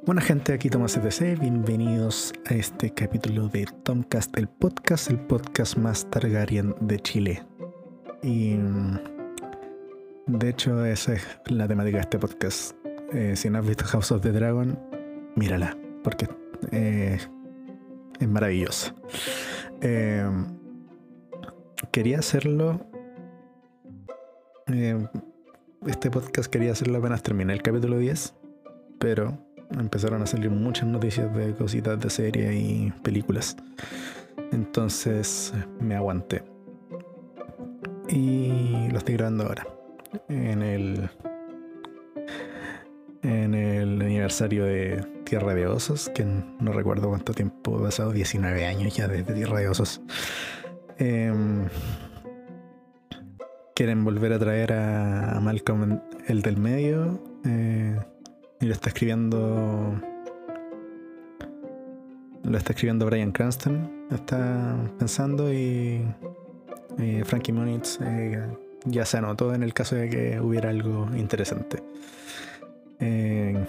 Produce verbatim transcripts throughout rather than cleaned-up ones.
Buena gente, aquí Tomás C T C, bienvenidos a este capítulo de Tomcast, el podcast, el podcast más Targaryen de Chile. Y de hecho esa es la temática de este podcast. Eh, si no has visto House of the Dragon, mírala, porque eh, es maravillosa. Eh, quería hacerlo, eh, este podcast quería hacerlo apenas terminé el capítulo diez, pero empezaron a salir muchas noticias de cositas de series y películas. Entonces me aguanté. Y lo estoy grabando ahora. En el. En el aniversario de Tierra de Osos, que no recuerdo cuánto tiempo ha pasado, diecinueve años ya desde Tierra de Osos. Eh, quieren volver a traer a, a Malcolm el del medio. Eh, Y lo está escribiendo. Lo está escribiendo Bryan Cranston. Está pensando y. y Frankie Muniz eh, ya se anotó en el caso de que hubiera algo interesante. Eh,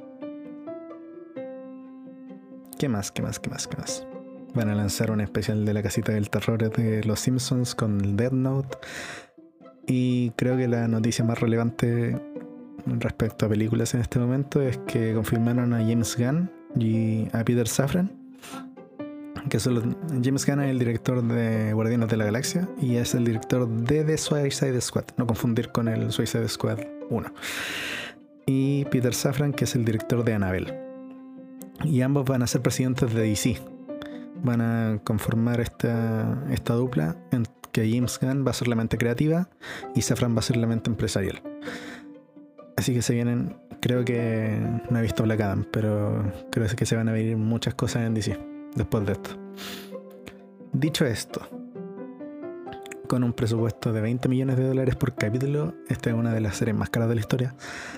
¿Qué más? ¿Qué más? ¿Qué más? ¿Qué más? Van a lanzar un especial de la casita del terror de Los Simpsons con el Death Note. Y creo que la noticia más relevante respecto a películas en este momento es que confirmaron a James Gunn y a Peter Safran, que son los, James Gunn es el director de Guardianes de la Galaxia y es el director de The Suicide Squad, no confundir con el Suicide Squad uno, y Peter Safran, que es el director de Annabelle, y ambos van a ser presidentes de D C. Van a conformar esta, esta dupla en que James Gunn va a ser la mente creativa y Safran va a ser la mente empresarial. Así que se vienen, creo que no he visto Black Adam, pero creo que se van a venir muchas cosas en D C después de esto. Dicho esto, con un presupuesto de veinte millones de dólares por capítulo, esta es una de las series más caras de la historia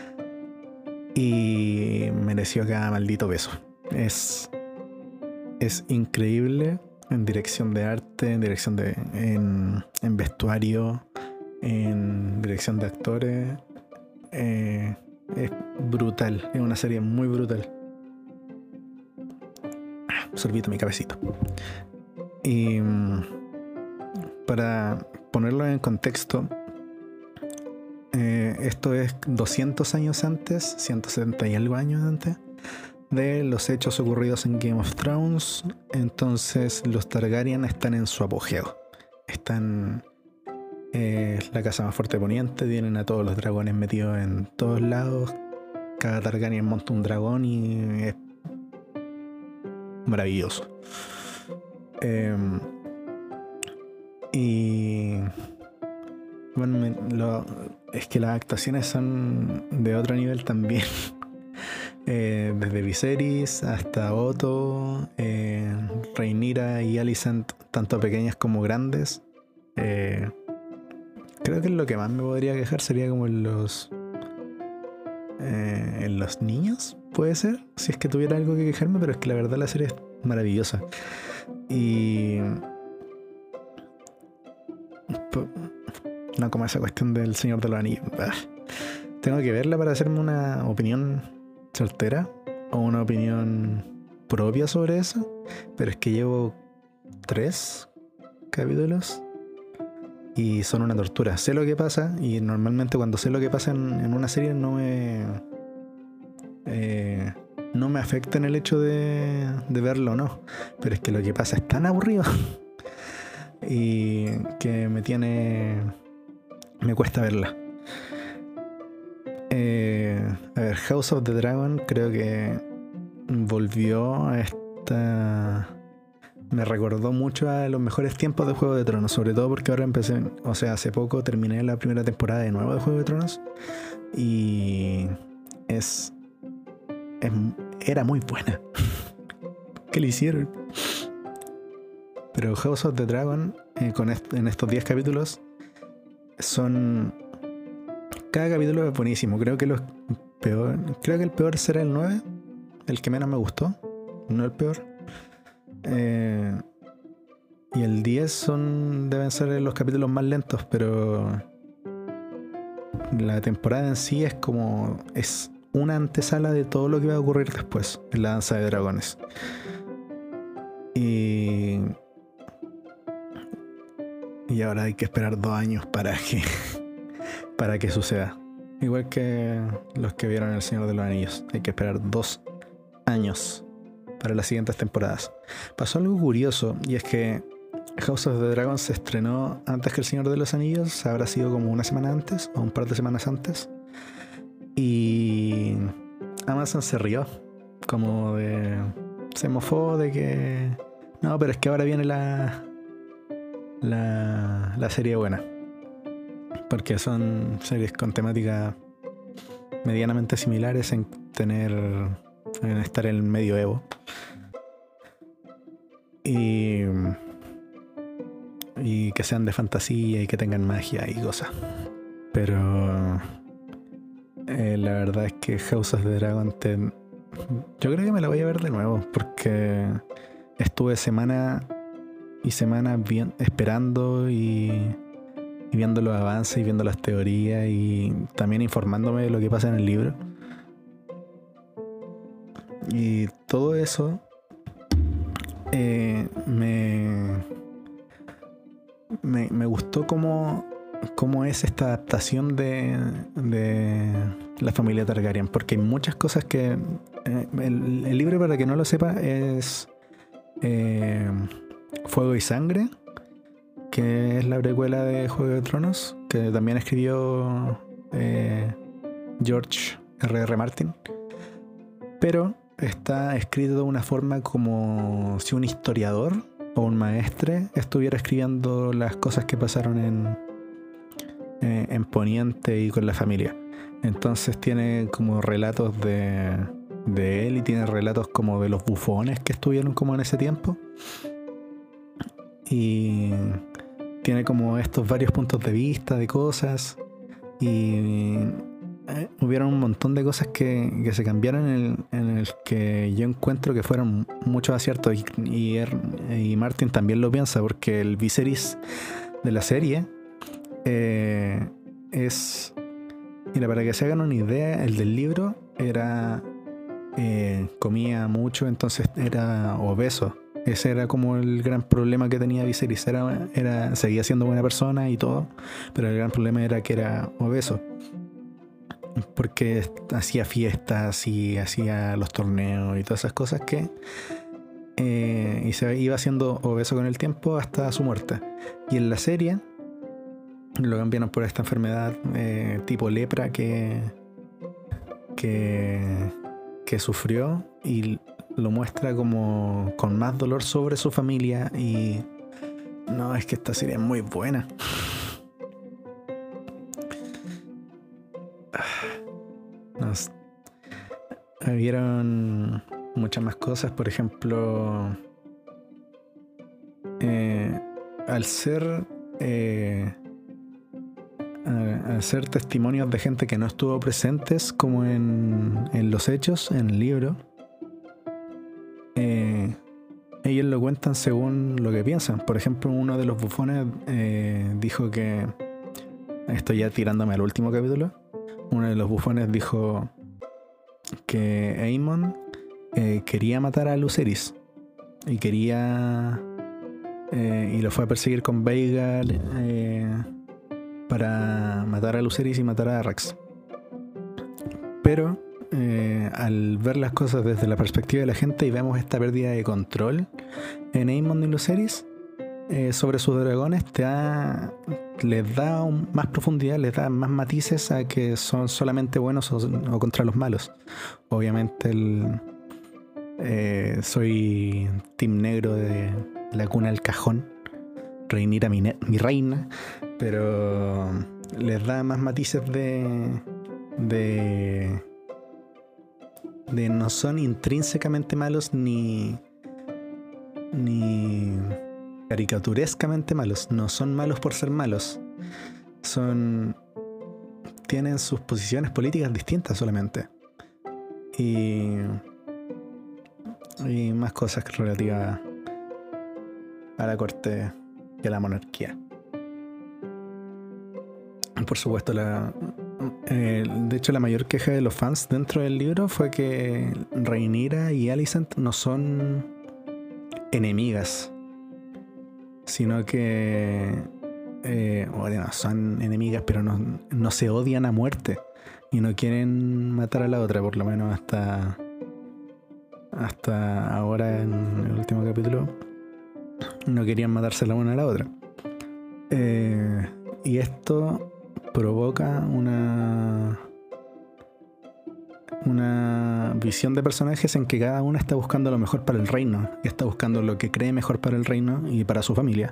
y mereció cada maldito peso. Es, es increíble en dirección de arte, en dirección de, en, en vestuario, en dirección de actores. Eh, es brutal, es una serie muy brutal. Sorbito mi cabecito. Y para ponerlo en contexto, eh, esto es doscientos años antes, ciento setenta y algo años antes de los hechos ocurridos en Game of Thrones. Entonces los Targaryen están en su apogeo. Están... Es eh, la casa más fuerte de Poniente, tienen a todos los dragones metidos en todos lados. Cada Targaryen monta un dragón y es maravilloso. Eh, y bueno, me, lo, es que las actuaciones son de otro nivel también. eh, desde Viserys hasta Otto, eh, Rhaenyra y Alicent, tanto pequeñas como grandes. Eh, Creo que lo que más me podría quejar sería como en los eh, en los niños, puede ser, si es que tuviera algo que quejarme, pero es que la verdad la serie es maravillosa. Y no como esa cuestión del Señor de los Anillos. Ah, tengo que verla para hacerme una opinión certera o una opinión propia sobre eso, pero es que llevo tres capítulos y son una tortura. Sé lo que pasa y normalmente cuando sé lo que pasa en, en una serie no me eh, no me afecta en el hecho de, de verlo o no, pero es que lo que pasa es tan aburrido y que me tiene me cuesta verla. eh, a ver, House of the Dragon creo que volvió a esta... Me recordó mucho a los mejores tiempos de Juego de Tronos, sobre todo porque ahora empecé, o sea, hace poco terminé la primera temporada de nuevo de Juego de Tronos y es, es era muy buena. ¿Qué le hicieron? Pero House of the Dragon, eh, con est en estos diez capítulos, son... Cada capítulo es buenísimo. Creo que los peor, creo que el peor será el nueve, el que menos me gustó, no el peor. Eh, y el diez son deben ser los capítulos más lentos, pero la temporada en sí es como es una antesala de todo lo que va a ocurrir después en la Danza de Dragones. Y, y ahora hay que esperar dos años para que, para que suceda. Igual que los que vieron El Señor de los Anillos. Hay que esperar dos años para las siguientes temporadas. Pasó algo curioso, y es que House of the Dragon se estrenó antes que El Señor de los Anillos. Habrá sido como una semana antes o un par de semanas antes. Y Amazon se rió, como de... se mofó de que... no, pero es que ahora viene la... la, la serie buena. Porque son series con temáticas medianamente similares en tener... en estar en el medioevo. Y... y que sean de fantasía y que tengan magia y cosas. Pero... Eh, la verdad es que House of the Dragon te... yo creo que me la voy a ver de nuevo, porque estuve semana y semana bien, esperando y, y viendo los avances y viendo las teorías y también informándome de lo que pasa en el libro. Y todo eso eh, me, me, me gustó como... cómo es esta adaptación de, de la familia Targaryen, porque hay muchas cosas que... Eh, el, el libro, para que no lo sepa, es eh, Fuego y Sangre, que es la precuela de Juego de Tronos, que también escribió eh, George R R. Martin, pero está escrito de una forma como si un historiador o un maestre estuviera escribiendo las cosas que pasaron en en Poniente y con la familia. Entonces tiene como relatos de, de él y tiene relatos como de los bufones que estuvieron como en ese tiempo. Y tiene como estos varios puntos de vista de cosas. Y eh, hubieron un montón de cosas que, que se cambiaron en el, en el que yo encuentro que fueron muchos aciertos. Y, y, y Martin también lo piensa, porque el Viserys de la serie Eh, es... mira, para que se hagan una idea, el del libro era... Eh, comía mucho, entonces era obeso. Ese era como el gran problema que tenía Viserys. Era, era, seguía siendo buena persona y todo, pero el gran problema era que era obeso. Porque hacía fiestas y hacía los torneos y todas esas cosas que... Eh, y se iba haciendo obeso con el tiempo hasta su muerte. Y en la serie... lo cambiaron por esta enfermedad eh, tipo lepra que, que, que sufrió, y lo muestra como con más dolor sobre su familia. Y no, es que esta serie es muy buena. Nos vieron muchas más cosas, por ejemplo, eh, al ser... Eh, al ser testimonios de gente que no estuvo presentes como en, en los hechos, en el libro, eh, ellos lo cuentan según lo que piensan. Por ejemplo, uno de los bufones eh, dijo que, estoy ya tirándome al último capítulo, uno de los bufones dijo que Aemon eh, quería matar a Lucerys y quería eh, y lo fue a perseguir con Veigar eh, para matar a Lucerys y matar a Arrax. Pero eh, al ver las cosas desde la perspectiva de la gente y vemos esta pérdida de control en Aemon y Lucerys eh, sobre sus dragones, te da, les da un, más profundidad, les da más matices a que son solamente buenos o, o contra los malos. Obviamente el, eh, soy team negro de la cuna del cajón, Rhaenyra mi, mi reina, pero les da más matices de de de no son intrínsecamente malos ni ni caricaturescamente malos, no son malos por ser malos, son tienen sus posiciones políticas distintas solamente, y y más cosas relativas a la corte y a la monarquía. Por supuesto, la, Eh, de hecho, la mayor queja de los fans dentro del libro fue que Rhaenyra y Alicent no son enemigas, sino que eh, bueno, son enemigas, pero no, no se odian a muerte y no quieren matar a la otra, por lo menos hasta hasta ahora en el último capítulo no querían matarse la una a la otra. Eh, y esto provoca una una visión de personajes en que cada uno está buscando lo mejor para el reino, y está buscando lo que cree mejor para el reino y para su familia.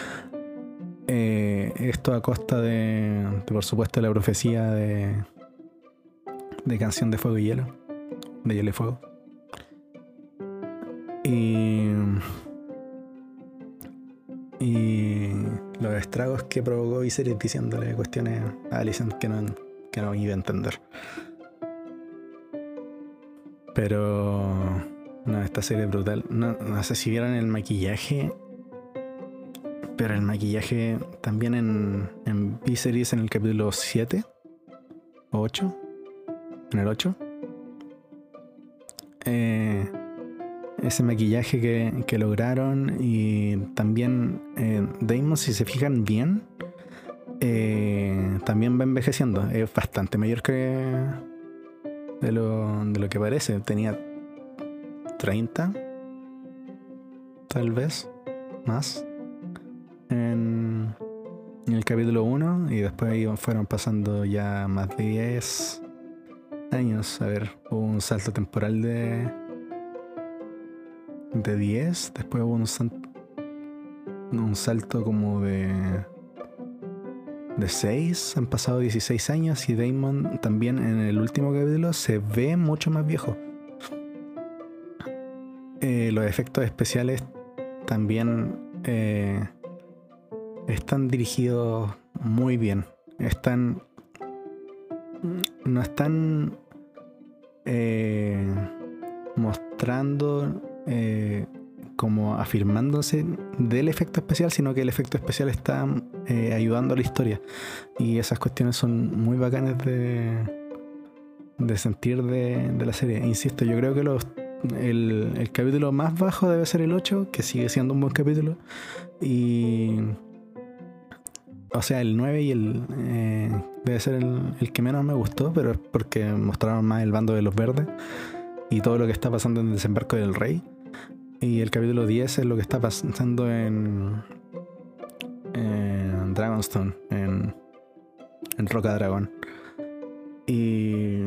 Eh, esto a costa de, de, por supuesto, la profecía de, de Canción de Fuego y Hielo, de Hielo y Fuego. Y, y los estragos que provocó Viserys diciéndole cuestiones a Alicent que no, que no iba a entender. Pero no, esta serie es brutal. No, no sé si vieron el maquillaje, pero el maquillaje también en, en Viserys en el capítulo siete o ocho, en el ocho. Eh, ese maquillaje que, que lograron, y también eh, Daemon, si se fijan bien, eh, también va envejeciendo. Es bastante mayor que de lo, de lo que parece. Tenía treinta, tal vez, más, en, en el capítulo uno, y después ahí fueron pasando ya más de diez años. A ver, hubo un salto temporal de de diez, después hubo un, sal- un salto como de de seis, han pasado dieciséis años, y Daemon también en el último capítulo se ve mucho más viejo. Eh, los efectos especiales también eh, están dirigidos muy bien. Están no están eh, mostrando eh, como afirmándose del efecto especial, sino que el efecto especial está eh, ayudando a la historia, y esas cuestiones son muy bacanas de, de sentir de, de la serie. Insisto, yo creo que los, el, el capítulo más bajo debe ser el ocho, que sigue siendo un buen capítulo, y o sea, el nueve y el eh, debe ser el, el que menos me gustó, pero es porque mostraron más el bando de los verdes y todo lo que está pasando en el desembarco del rey. Y el capítulo diez es lo que está pasando en, en Dragonstone, en, en Roca Dragón. Y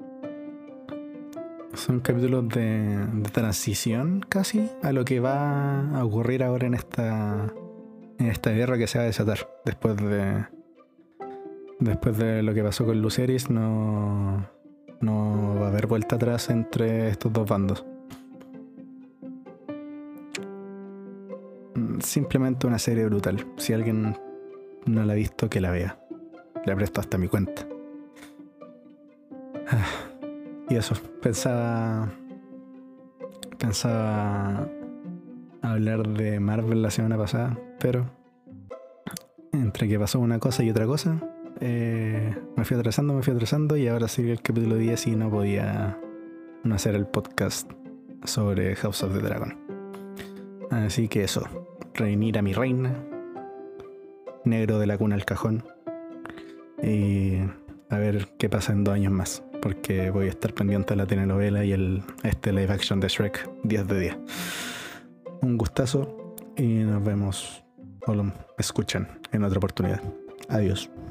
son capítulos de, de transición casi a lo que va a ocurrir ahora en esta en esta guerra que se va a desatar después de después de lo que pasó con Lucerys. No, no va a haber vuelta atrás entre estos dos bandos. Simplemente una serie brutal. Si alguien no la ha visto, que la vea. Le presto hasta mi cuenta. Y eso, pensaba pensaba hablar de Marvel la semana pasada, pero entre que pasó una cosa y otra cosa, eh, me fui atrasando, me fui atrasando, y ahora sigue el capítulo diez y no podía no hacer el podcast sobre House of the Dragon. Así que eso, Rhaenyra mi reina, negro de la cuna al cajón, y a ver qué pasa en dos años más, porque voy a estar pendiente de la telenovela y el este live action de Shrek diez de diez. Un gustazo y nos vemos o lo escuchan en otra oportunidad. Adiós.